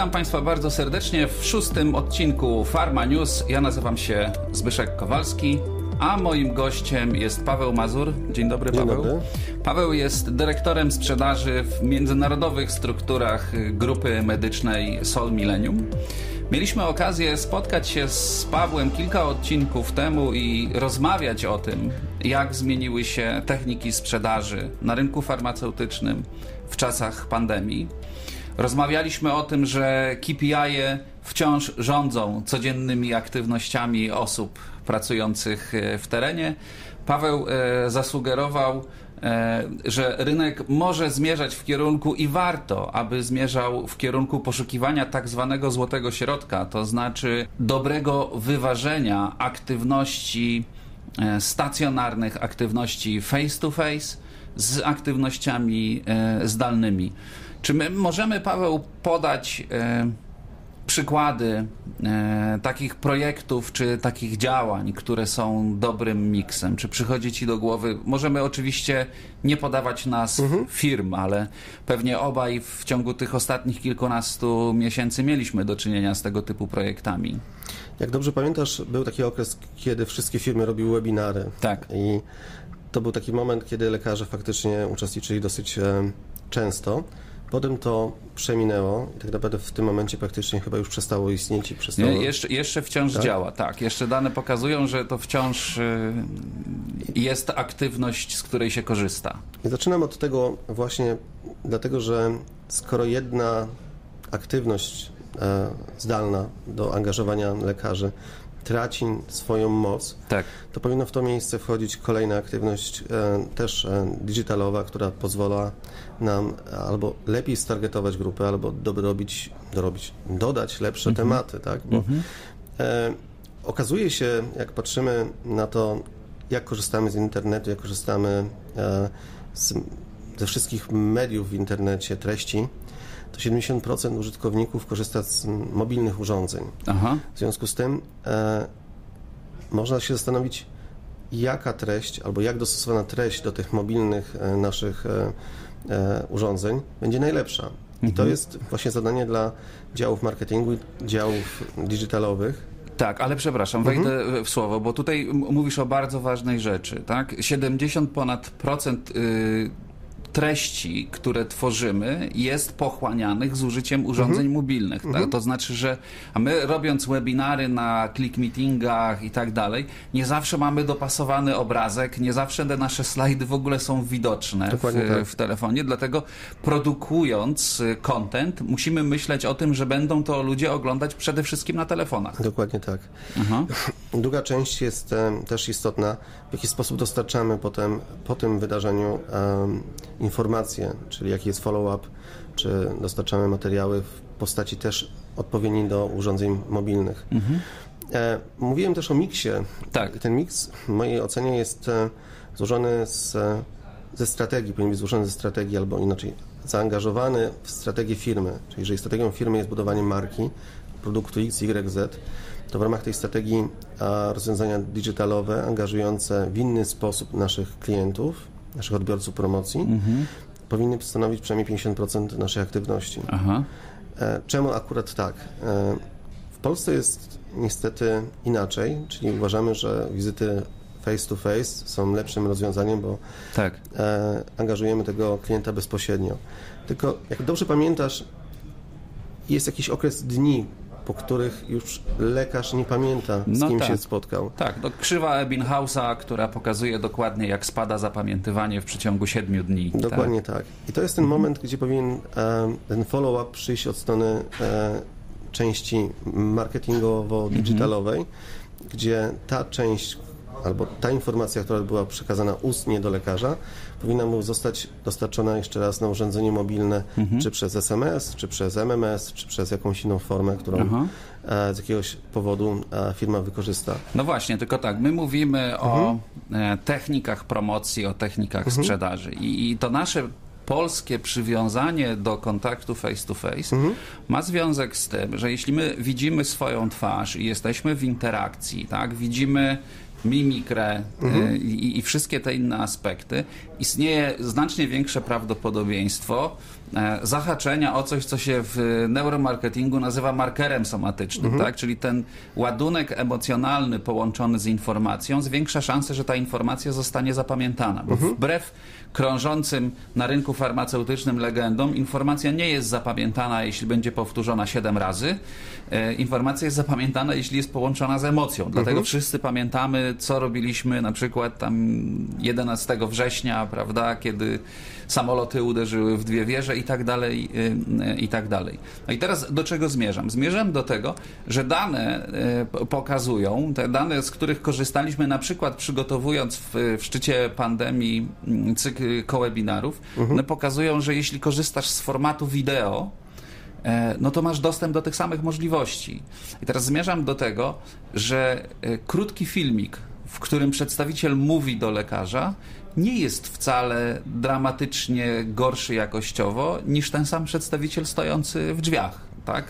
Witam Państwa bardzo serdecznie w 6. odcinku Pharma News. Ja nazywam się Zbyszek Kowalski, a moim gościem jest Paweł Mazur. Dzień dobry, Paweł. Dzień dobry. Paweł jest dyrektorem sprzedaży w międzynarodowych strukturach grupy medycznej Sol Millennium. Mieliśmy okazję spotkać się z Pawłem kilka odcinków temu i rozmawiać o tym, jak zmieniły się techniki sprzedaży na rynku farmaceutycznym w czasach pandemii. Rozmawialiśmy o tym, że KPI-e wciąż rządzą codziennymi aktywnościami osób pracujących w terenie. Paweł zasugerował, że rynek może zmierzać w kierunku i warto, aby zmierzał w kierunku poszukiwania tak zwanego złotego środka, to znaczy dobrego wyważenia aktywności stacjonarnych, aktywności face to face z aktywnościami zdalnymi. Czy my możemy, Paweł, podać przykłady takich projektów czy takich działań, które są dobrym miksem? Czy przychodzi Ci do głowy? Możemy oczywiście nie podawać nazw firm, ale pewnie obaj w ciągu tych ostatnich kilkunastu miesięcy mieliśmy do czynienia z tego typu projektami. Jak dobrze pamiętasz, był taki okres, kiedy wszystkie firmy robiły webinary. Tak. I to był taki moment, kiedy lekarze faktycznie uczestniczyli dosyć często. Potem to przeminęło i tak naprawdę w tym momencie praktycznie chyba już przestało istnieć i przestało... Jeszcze wciąż działa, tak. Jeszcze dane pokazują, że to wciąż jest aktywność, z której się korzysta. I zaczynam od tego właśnie dlatego, że skoro jedna aktywność zdalna do angażowania lekarzy traci swoją moc, tak, to powinno w to miejsce wchodzić kolejna aktywność też digitalowa, która pozwala nam albo lepiej stargetować grupę, albo dodać lepsze tematy, tak? Bo okazuje się, jak patrzymy na to, jak korzystamy z internetu, jak korzystamy ze wszystkich mediów w internecie, treści, to 70% użytkowników korzysta z mobilnych urządzeń. Aha. W związku z tym można się zastanowić, jaka treść albo jak dostosowana treść do tych mobilnych naszych urządzeń będzie najlepsza. I to jest właśnie zadanie dla działów marketingu, działów digitalowych. Tak, ale przepraszam, wejdę w słowo, bo tutaj mówisz o bardzo ważnej rzeczy, tak? 70% treści, które tworzymy, jest pochłanianych z użyciem urządzeń mobilnych. Tak? To znaczy, że my robiąc webinary na ClickMeetingach i tak dalej, nie zawsze mamy dopasowany obrazek, nie zawsze te nasze slajdy w ogóle są widoczne w telefonie, dlatego produkując content musimy myśleć o tym, że będą to ludzie oglądać przede wszystkim na telefonach. Dokładnie tak. Druga część jest też istotna, w jaki sposób dostarczamy potem po tym wydarzeniu informacje, czyli jaki jest follow-up, czy dostarczamy materiały w postaci też odpowiedniej do urządzeń mobilnych. Mówiłem też o miksie. Tak. Ten miks w mojej ocenie jest złożony ze strategii, powinien być złożony ze strategii, albo inaczej zaangażowany w strategię firmy. Czyli jeżeli strategią firmy jest budowanie marki, produktu X, Y, Z, to w ramach tej strategii rozwiązania digitalowe angażujące w inny sposób naszych klientów, naszych odbiorców promocji, powinny stanowić przynajmniej 50% naszej aktywności. Aha. Czemu akurat tak? W Polsce jest niestety inaczej, czyli uważamy, że wizyty face to face są lepszym rozwiązaniem, bo angażujemy tego klienta bezpośrednio. Tylko jak dobrze pamiętasz, jest jakiś okres dni, po których już lekarz nie pamięta, z kim się spotkał. Tak, krzywa Ebbinghausa, która pokazuje dokładnie, jak spada zapamiętywanie w przeciągu 7 dni. Dokładnie tak. I to jest ten moment, gdzie powinien ten follow-up przyjść od strony części marketingowo-digitalowej, gdzie ta część albo ta informacja, która była przekazana ustnie do lekarza, powinna mu zostać dostarczona jeszcze raz na urządzenie mobilne, czy przez SMS, czy przez MMS, czy przez jakąś inną formę, którą z jakiegoś powodu firma wykorzysta. No właśnie, tylko tak, my mówimy o technikach promocji, o technikach sprzedaży i to nasze polskie przywiązanie do kontaktu face to face ma związek z tym, że jeśli my widzimy swoją twarz i jesteśmy w interakcji, tak, widzimy mimikrę i wszystkie te inne aspekty, istnieje znacznie większe prawdopodobieństwo, zahaczenia o coś, co się w neuromarketingu nazywa markerem somatycznym, tak? Czyli ten ładunek emocjonalny połączony z informacją zwiększa szansę, że ta informacja zostanie zapamiętana, bo wbrew krążącym na rynku farmaceutycznym legendom, informacja nie jest zapamiętana, jeśli będzie powtórzona 7 razy. Informacja jest zapamiętana, jeśli jest połączona z emocją. Dlatego wszyscy pamiętamy, co robiliśmy na przykład tam 11 września, prawda, kiedy samoloty uderzyły w 2 wieże i tak dalej, i tak dalej. No i teraz do czego zmierzam? Zmierzam do tego, że dane pokazują, te dane, z których korzystaliśmy na przykład przygotowując w szczycie pandemii cykl co-webinarów, one pokazują, że jeśli korzystasz z formatu wideo, no to masz dostęp do tych samych możliwości. I teraz zmierzam do tego, że krótki filmik, w którym przedstawiciel mówi do lekarza, nie jest wcale dramatycznie gorszy jakościowo niż ten sam przedstawiciel stojący w drzwiach, tak?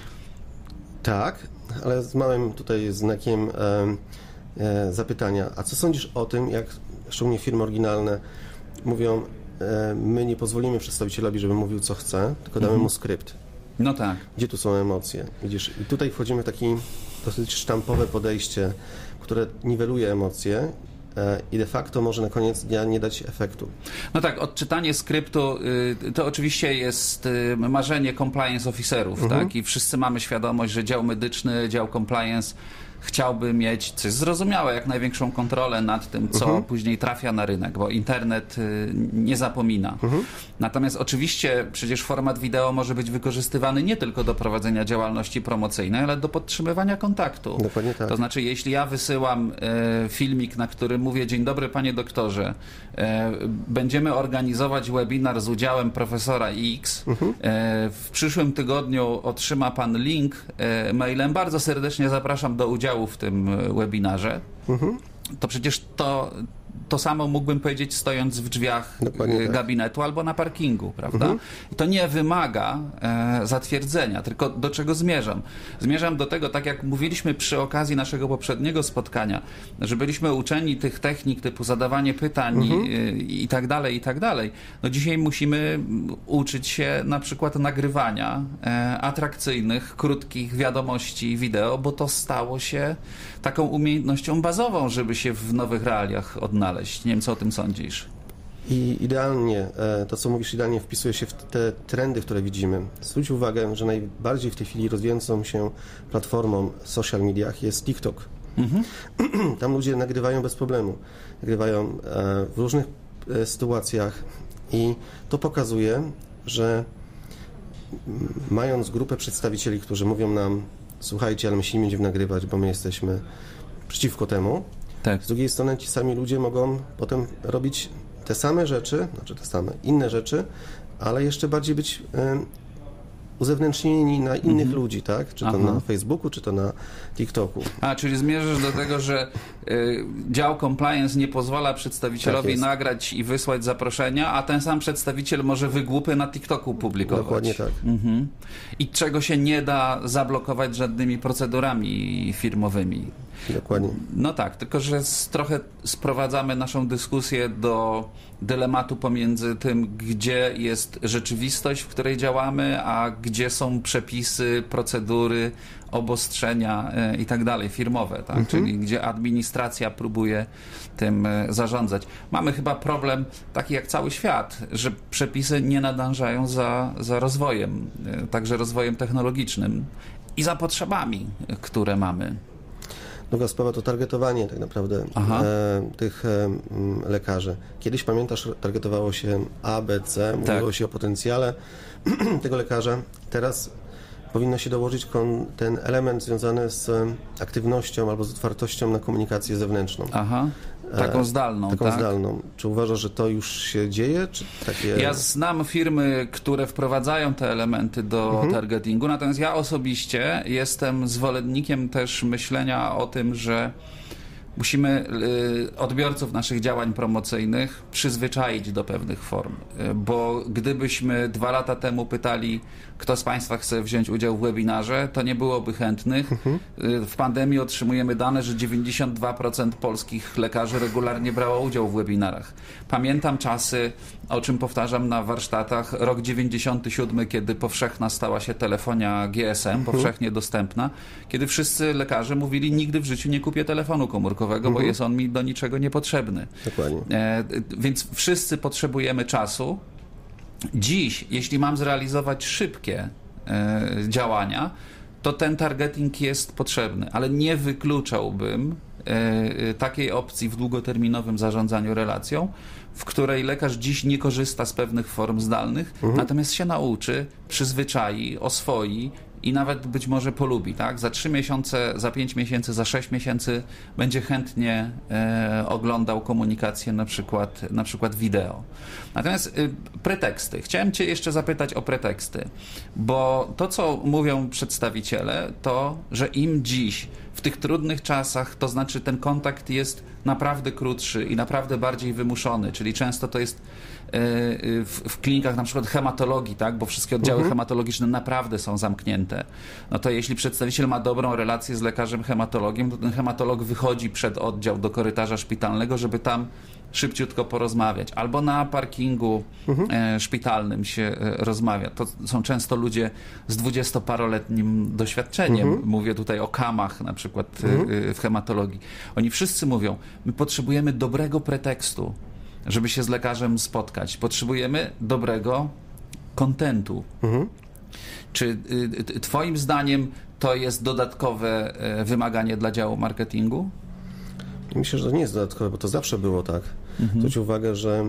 Tak, ale z małym tutaj znakiem zapytania. A co sądzisz o tym, jak szczególnie firmy oryginalne mówią, my nie pozwolimy przedstawicielowi, żeby mówił co chce, tylko damy mu skrypt. No tak. Gdzie tu są emocje? Widzisz, i tutaj wchodzimy w takie dosyć sztampowe podejście, które niweluje emocje i de facto może na koniec dnia nie dać efektu. No tak, odczytanie skryptu to oczywiście jest marzenie compliance officerów, tak? I wszyscy mamy świadomość, że dział medyczny, dział compliance chciałby mieć, co jest zrozumiałe, jak największą kontrolę nad tym, co później trafia na rynek, bo internet nie zapomina. Natomiast oczywiście przecież format wideo może być wykorzystywany nie tylko do prowadzenia działalności promocyjnej, ale do podtrzymywania kontaktu. Dokładnie tak. To znaczy, jeśli ja wysyłam filmik, na którym mówię: dzień dobry panie doktorze, będziemy organizować webinar z udziałem profesora X, w przyszłym tygodniu otrzyma pan link mailem, bardzo serdecznie zapraszam do udziału w tym webinarze, to przecież to samo mógłbym powiedzieć stojąc w drzwiach gabinetu albo na parkingu, prawda? I to nie wymaga zatwierdzenia, tylko do czego zmierzam? Zmierzam do tego, tak jak mówiliśmy przy okazji naszego poprzedniego spotkania, że byliśmy uczeni tych technik typu zadawanie pytań i tak dalej, i tak dalej. No dzisiaj musimy uczyć się na przykład nagrywania atrakcyjnych, krótkich wiadomości wideo, bo to stało się taką umiejętnością bazową, żeby się w nowych realiach odnaleźć. Nie wiem, co o tym sądzisz. I idealnie, to co mówisz, idealnie wpisuje się w te trendy, które widzimy. Zwróć uwagę, że najbardziej w tej chwili rozwijającą się platformą w social mediach jest TikTok. Tam ludzie nagrywają bez problemu. Nagrywają w różnych sytuacjach i to pokazuje, że mając grupę przedstawicieli, którzy mówią nam: słuchajcie, ale musimy będziemy nagrywać, bo my jesteśmy przeciwko temu. Tak. Z drugiej strony ci sami ludzie mogą potem robić te same rzeczy, znaczy te same, inne rzeczy, ale jeszcze bardziej być uzewnętrznieni na innych ludzi, tak? Czy to na Facebooku, czy to na TikToku. Czyli zmierzasz do tego, że dział compliance nie pozwala przedstawicielowi nagrać i wysłać zaproszenia, a ten sam przedstawiciel może wygłupy na TikToku publikować. Dokładnie tak. I czego się nie da zablokować żadnymi procedurami firmowymi. Dokładnie. No tak, tylko że trochę sprowadzamy naszą dyskusję do dylematu pomiędzy tym, gdzie jest rzeczywistość, w której działamy, a gdzie są przepisy, procedury, obostrzenia i tak dalej, firmowe, tak? Czyli gdzie administracja próbuje tym zarządzać. Mamy chyba problem taki jak cały świat, że przepisy nie nadążają za rozwojem, także rozwojem technologicznym i za potrzebami, które mamy. Druga sprawa to targetowanie tak naprawdę tych lekarzy. Kiedyś, pamiętasz, targetowało się A, B, C, mówiło się o potencjale tego lekarza. Teraz powinno się dołożyć ten element związany z aktywnością albo z otwartością na komunikację zewnętrzną. Taką zdalną, Taką tak? zdalną. Czy uważasz, że to już się dzieje? Czy takie... Ja znam firmy, które wprowadzają te elementy do targetingu, natomiast ja osobiście jestem zwolennikiem też myślenia o tym, że Musimy odbiorców naszych działań promocyjnych przyzwyczaić do pewnych form, bo gdybyśmy 2 lata temu pytali, kto z Państwa chce wziąć udział w webinarze, to nie byłoby chętnych. W pandemii otrzymujemy dane, że 92% polskich lekarzy regularnie brało udział w webinarach. Pamiętam czasy, o czym powtarzam na warsztatach, rok 97, kiedy powszechna stała się telefonia GSM, powszechnie dostępna, kiedy wszyscy lekarze mówili, nigdy w życiu nie kupię telefonu komórkowego, bo jest on mi do niczego niepotrzebny. Dokładnie. Więc wszyscy potrzebujemy czasu. Dziś, jeśli mam zrealizować szybkie działania, to ten targeting jest potrzebny, ale nie wykluczałbym takiej opcji w długoterminowym zarządzaniu relacją, w której lekarz dziś nie korzysta z pewnych form zdalnych, natomiast się nauczy, przyzwyczai, oswoi i nawet być może polubi, tak? Za 3 miesiące, za 5 miesięcy, za 6 miesięcy będzie chętnie oglądał komunikację na przykład wideo. Natomiast preteksty. Chciałem Cię jeszcze zapytać o preteksty, bo to, co mówią przedstawiciele, to, że im dziś w tych trudnych czasach, to znaczy ten kontakt jest naprawdę krótszy i naprawdę bardziej wymuszony, czyli często to jest w klinikach na przykład hematologii, tak, bo wszystkie oddziały hematologiczne naprawdę są zamknięte. No to jeśli przedstawiciel ma dobrą relację z lekarzem hematologiem, to ten hematolog wychodzi przed oddział do korytarza szpitalnego, żeby tam szybciutko porozmawiać. Albo na parkingu szpitalnym się rozmawia. To są często ludzie z 20-paroletnim doświadczeniem. Mówię tutaj o kamach na przykład w hematologii. Oni wszyscy mówią, my potrzebujemy dobrego pretekstu, żeby się z lekarzem spotkać. Potrzebujemy dobrego kontentu. Czy Twoim zdaniem to jest dodatkowe wymaganie dla działu marketingu? Myślę, że to nie jest dodatkowe, bo to zawsze było tak. Zwróć uwagę, że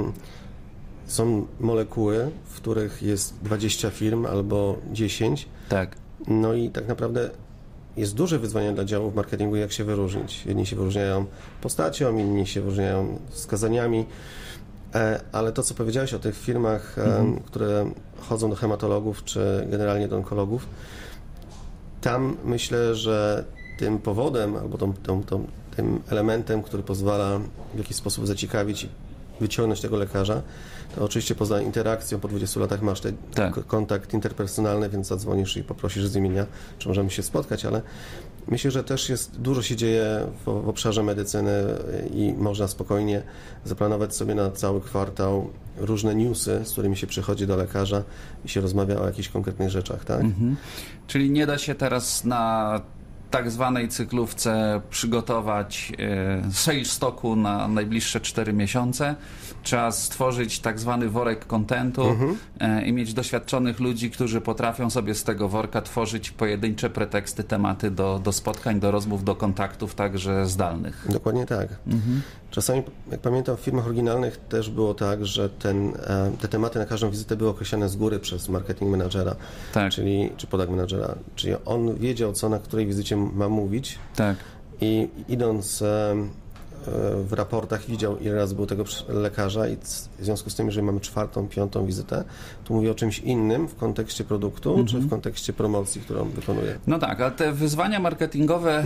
są molekuły, w których jest 20 firm albo 10. Tak. No i tak naprawdę jest duże wyzwanie dla działów marketingu, jak się wyróżnić. Jedni się wyróżniają postacią, inni się wyróżniają wskazaniami, ale to, co powiedziałeś o tych firmach, które chodzą do hematologów, czy generalnie do onkologów, tam myślę, że tym powodem, albo tym elementem, który pozwala w jakiś sposób zaciekawić i wyciągnąć tego lekarza, to oczywiście poza interakcją po 20 latach masz ten kontakt interpersonalny, więc zadzwonisz i poprosisz z imienia, czy możemy się spotkać, ale myślę, że też dużo się dzieje w obszarze medycyny i można spokojnie zaplanować sobie na cały kwartał różne newsy, z którymi się przychodzi do lekarza i się rozmawia o jakichś konkretnych rzeczach, tak? Czyli nie da się teraz na tak zwanej cyklówce przygotować sales stocku na najbliższe 4 miesiące. Trzeba stworzyć tak zwany worek kontentu i mieć doświadczonych ludzi, którzy potrafią sobie z tego worka tworzyć pojedyncze preteksty, tematy do spotkań, do rozmów, do kontaktów, także zdalnych. Dokładnie tak. Czasami, jak pamiętam, w firmach oryginalnych też było tak, że te tematy na każdą wizytę były określone z góry przez marketing managera, czy product managera. Czyli on wiedział, co na której wizycie ma mówić i idąc w raportach widział, ile razy był tego lekarza i w związku z tym, jeżeli mamy 4., 5. wizytę, to mówi o czymś innym w kontekście produktu, czy w kontekście promocji, którą wykonuje. No tak, ale te wyzwania marketingowe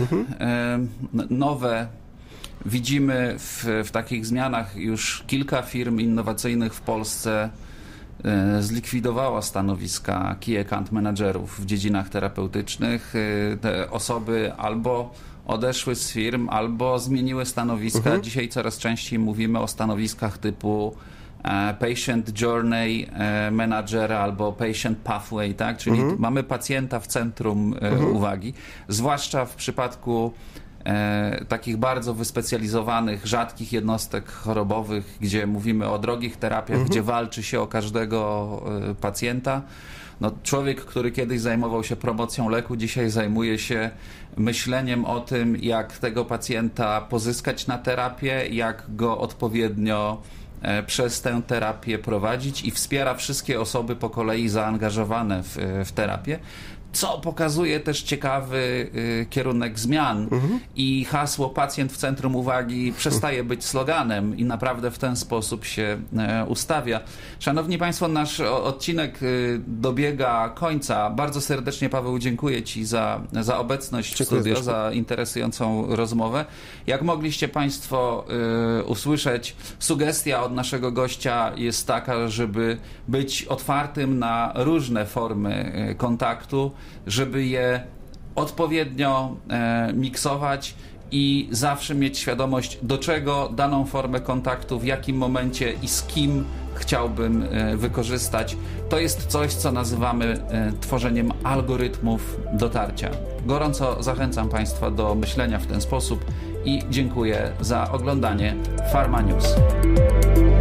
nowe widzimy w takich zmianach. Już kilka firm innowacyjnych w Polsce zlikwidowała stanowiska Key Account Managerów w dziedzinach terapeutycznych. Te osoby albo odeszły z firm, albo zmieniły stanowiska. Dzisiaj coraz częściej mówimy o stanowiskach typu Patient Journey Manager albo Patient Pathway, tak? Czyli mamy pacjenta w centrum uwagi, zwłaszcza w przypadku takich bardzo wyspecjalizowanych, rzadkich jednostek chorobowych, gdzie mówimy o drogich terapiach, gdzie walczy się o każdego pacjenta. No, człowiek, który kiedyś zajmował się promocją leku, dzisiaj zajmuje się myśleniem o tym, jak tego pacjenta pozyskać na terapię, jak go odpowiednio przez tę terapię prowadzić i wspiera wszystkie osoby po kolei zaangażowane w terapię. co pokazuje też ciekawy kierunek zmian i hasło pacjent w centrum uwagi przestaje być sloganem i naprawdę w ten sposób się ustawia. Szanowni Państwo, nasz odcinek dobiega końca. Bardzo serdecznie, Paweł, dziękuję Ci za obecność w studio, za interesującą rozmowę. Jak mogliście Państwo usłyszeć, sugestia od naszego gościa jest taka, żeby być otwartym na różne formy kontaktu, żeby je odpowiednio miksować i zawsze mieć świadomość, do czego daną formę kontaktu, w jakim momencie i z kim chciałbym wykorzystać. To jest coś, co nazywamy tworzeniem algorytmów dotarcia. Gorąco zachęcam Państwa do myślenia w ten sposób i dziękuję za oglądanie Pharma News.